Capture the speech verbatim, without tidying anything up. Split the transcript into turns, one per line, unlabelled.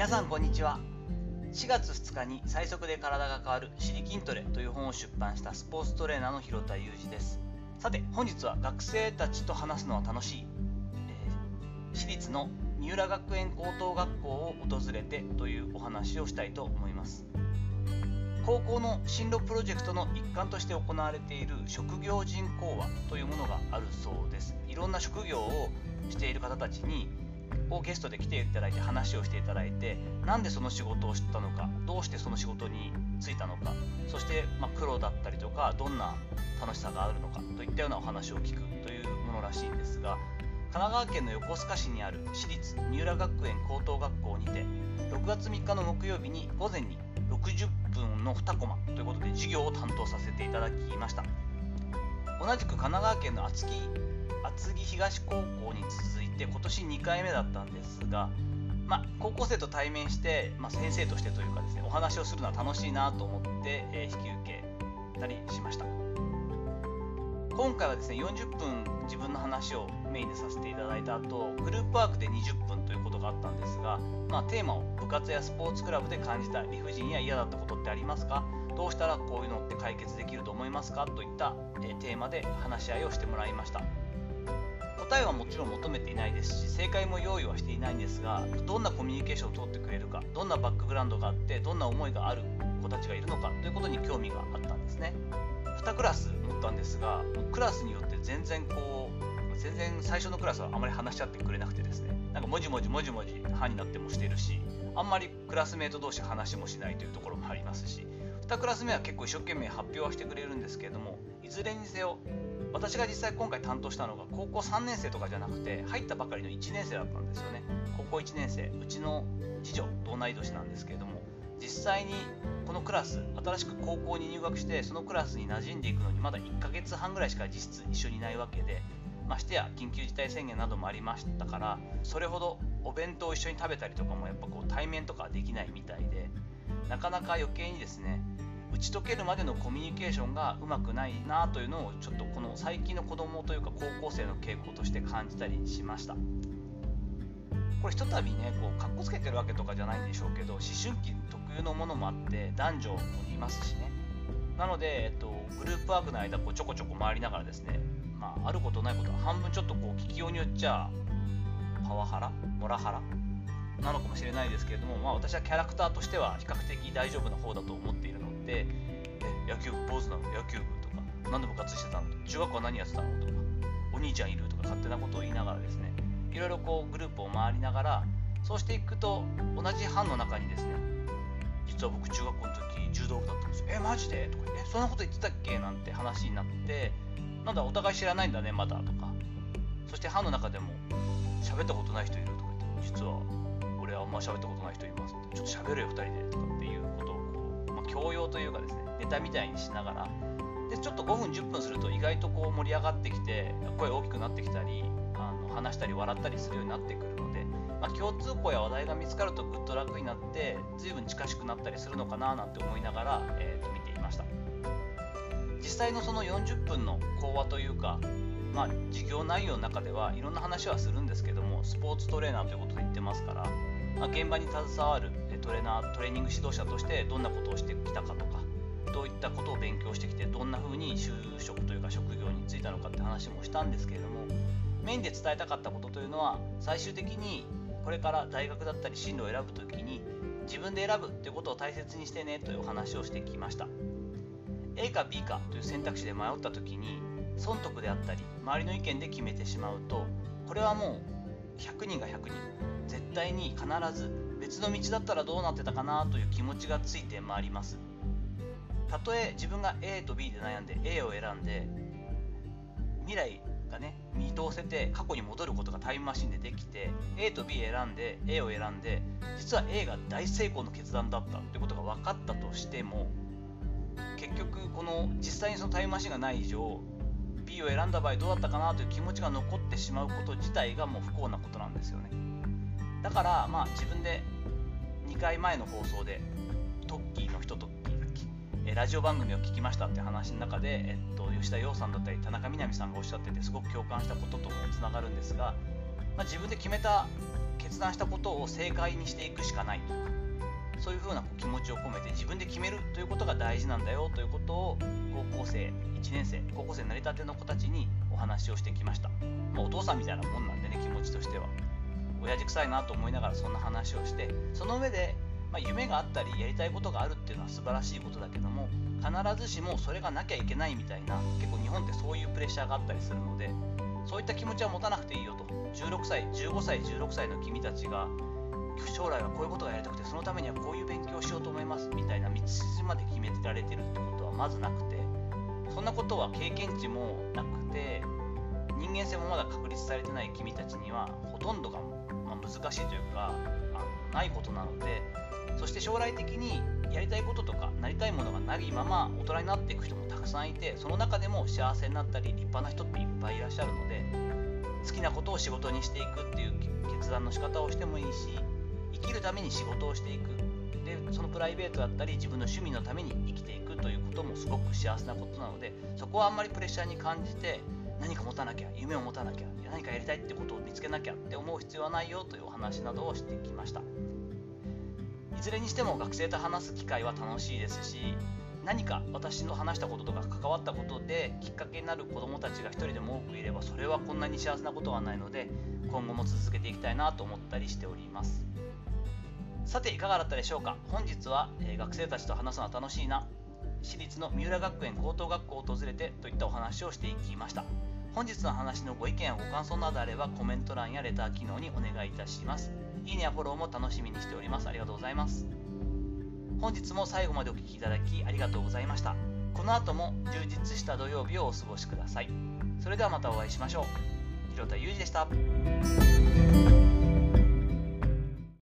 皆さんこんにちは。しがつふつかに最速で体が変わるシリ筋トレという本を出版したスポーツトレーナーの広田裕二です。さて本日は学生たちと話すのは楽しい、えー、私立の三浦学園高等学校を訪れてというお話をしたいと思います。高校の進路プロジェクトの一環として行われている職業人講話というものがあるそうです。いろんな職業をしている方たちにをゲストで来ていただいて話をしていただいて、なんでその仕事を知ったのか、どうしてその仕事に就いたのか、そして、まあ、苦労だったりとかどんな楽しさがあるのかといったようなお話を聞くというものらしいんですが、神奈川県の横須賀市にある私立三浦学園高等学校にてろくがつみっかの木曜日に午前にろくじゅっぷんのにコマということで授業を担当させていただきました。同じく神奈川県の厚木厚木東高校に続いて今年にかいめだったんですが、まあ、高校生と対面して、まあ、先生としてというかですね、お話をするのは楽しいなと思って、えー、引き受けたりしました。今回はですねよんじゅっぷん自分の話をメインでさせていただいた後、グループワークでにじゅっぷんということがあったんですが、まあ、テーマを部活やスポーツクラブで感じた理不尽や嫌だったことってありますか、どうしたらこういうのって解決できると思いますかといった、えー、テーマで話し合いをしてもらいました。答えはもちろん求めていないですし、正解も用意はしていないんですが、どんなコミュニケーションを取ってくれるか、どんなバックグラウンドがあってどんな思いがある子たちがいるのかということに興味があったんですね。にクラス持ったんですが、クラスによって全然こう全然最初のクラスはあまり話し合ってくれなくてですね、なんかもじもじもじもじ班になってもしているし、あんまりクラスメート同士話もしないというところもありますし、にクラス目は結構一生懸命発表はしてくれるんですけれども、いずれにせよ私が実際今回担当したのが高校さんねん生とかじゃなくて入ったばかりのいちねん生だったんですよね。高校いちねん生、うちの次女と同い年なんですけれども、実際にこのクラス新しく高校に入学してそのクラスに馴染んでいくのにまだいっかげつはんぐらいしか実質一緒にいないわけで、ましてや緊急事態宣言などもありましたから、それほどお弁当を一緒に食べたりとかもやっぱこう対面とかできないみたいで、なかなか余計にですね打ち解けるまでのコミュニケーションがうまくないなというのをちょっとこの最近の子供というか高校生の傾向として感じたりしました。これひとたびねこうかっこつけてるわけとかじゃないんでしょうけど、思春期特有のものもあって男女もいますしね。なので、えっと、グループワークの間こうちょこちょこ回りながらですね、まあ、あることないことは半分ちょっとこう聞きようによっちゃパワハラモラハラなのかもしれないですけれども、まあ、私はキャラクターとしては比較的大丈夫な方だと思っているので、え野球部坊主なの野球部とか、何で部活してたのとか、中学校は何やってたのとか、お兄ちゃんいるとか勝手なことを言いながらですね、いろいろこうグループを回りながら、そうしていくと同じ班の中にですね、実は僕中学校の時柔道部だったんですよ。えマジでとか、えそんなこと言ってたっけなんて話になって、なんだお互い知らないんだねまだとか、そして班の中でも喋ったことない人いるとか言って、実は俺はあんま喋ったことない人いますって、ちょっと喋るよふたりでとかっていうことをこう、まあ、教養というかですね、ネタみたいにしながらで、ちょっとごふんじゅっぷんすると意外とこう盛り上がってきて、声大きくなってきたり、あの話したり笑ったりするようになってくるので、まあ、共通項や話題が見つかるとぐっと楽になって随分近しくなったりするのかななんて思いながら、えー、と見ていました。実際のそのよんじゅっぷんの講話というか、まあ、授業内容の中ではいろんな話はするんですけども、スポーツトレーナーということで言ってますから、まあ、現場に携わるトレーナートレーニング指導者としてどんなことをしてきたかとか、どういったことを勉強してきてどんな風に就職というか職業に就いたのかって話もしたんですけれども、メインで伝えたかったことというのは、最終的にこれから大学だったり進路を選ぶときに自分で選ぶということを大切にしてねというお話をしてきました。 A か B かという選択肢で迷ったときに損得であったり周りの意見で決めてしまうと、これはもうひゃくにんがひゃくにん絶対に必ず別の道だったらどうなってたかなという気持ちがついてまいります。たとえ自分が A と B で悩んで A を選んで、未来がね見通せて過去に戻ることがタイムマシンでできて A と B 選んで A を選んで、実は A が大成功の決断だったということが分かったとしても、結局この実際にそのタイムマシンがない以上 B を選んだ場合どうだったかなという気持ちが残ってしまうこと自体がもう不幸なことなんですよね。だからまあ自分でにかいまえの放送でトッキーの人とラジオ番組を聞きましたって話の中で、えっと、吉田洋さんだったり田中みな実さんがおっしゃっててすごく共感したことともつながるんですが、まあ、自分で決めた決断したことを正解にしていくしかないとか、そういうふうな気持ちを込めて自分で決めるということが大事なんだよということを高校生いちねん生高校生になりたての子たちにお話をしてきました。まあ、お父さんみたいなもんなんでね、気持ちとしては親父臭いなと思いながらそんな話をして、その上で、まあ、夢があったりやりたいことがあるっていうのは素晴らしいことだけども、必ずしもそれがなきゃいけないみたいな、結構日本ってそういうプレッシャーがあったりするので、そういった気持ちは持たなくていいよと。じゅうろくさいじゅうごさいじゅうろくさいの君たちが将来はこういうことがやりたくて、そのためにはこういう勉強をしようと思いますみたいな道筋まで決めてられてるってことはまずなくて、そんなことは経験値もなくて人間性もまだ確立されてない君たちにはほとんどが、まあ、難しいというか、まあ、ないことなので、そして将来的にやりたいこととかなりたいものがないまま大人になっていく人もたくさんいて、その中でも幸せになったり立派な人っていっぱいいらっしゃるので、好きなことを仕事にしていくっていう決断の仕方をしてもいいし、生きるために仕事をしていく、でそのプライベートだったり自分の趣味のために生きていくということもすごく幸せなことなので、そこはあんまりプレッシャーに感じて何か持たなきゃ、夢を持たなきゃ、何かやりたいってことを見つけなきゃって思う必要はないよというお話などをしてきました。いずれにしても学生と話す機会は楽しいですし、何か私の話したこととか関わったことできっかけになる子どもたちが一人でも多くいれば、それはこんなに幸せなことはないので、今後も続けていきたいなと思ったりしております。さていかがだったでしょうか。本日は、えー、学生たちと話すのは楽しいな、私立の三浦学園高等学校を訪れてといったお話をしていきました。本日の話のご意見やご感想などあればコメント欄やレター機能にお願いいたします。いいねやフォローも楽しみにしております。ありがとうございます。本日も最後までお聞きいただきありがとうございました。この後も充実した土曜日をお過ごしください。それではまたお会いしましょう。広田裕二でした。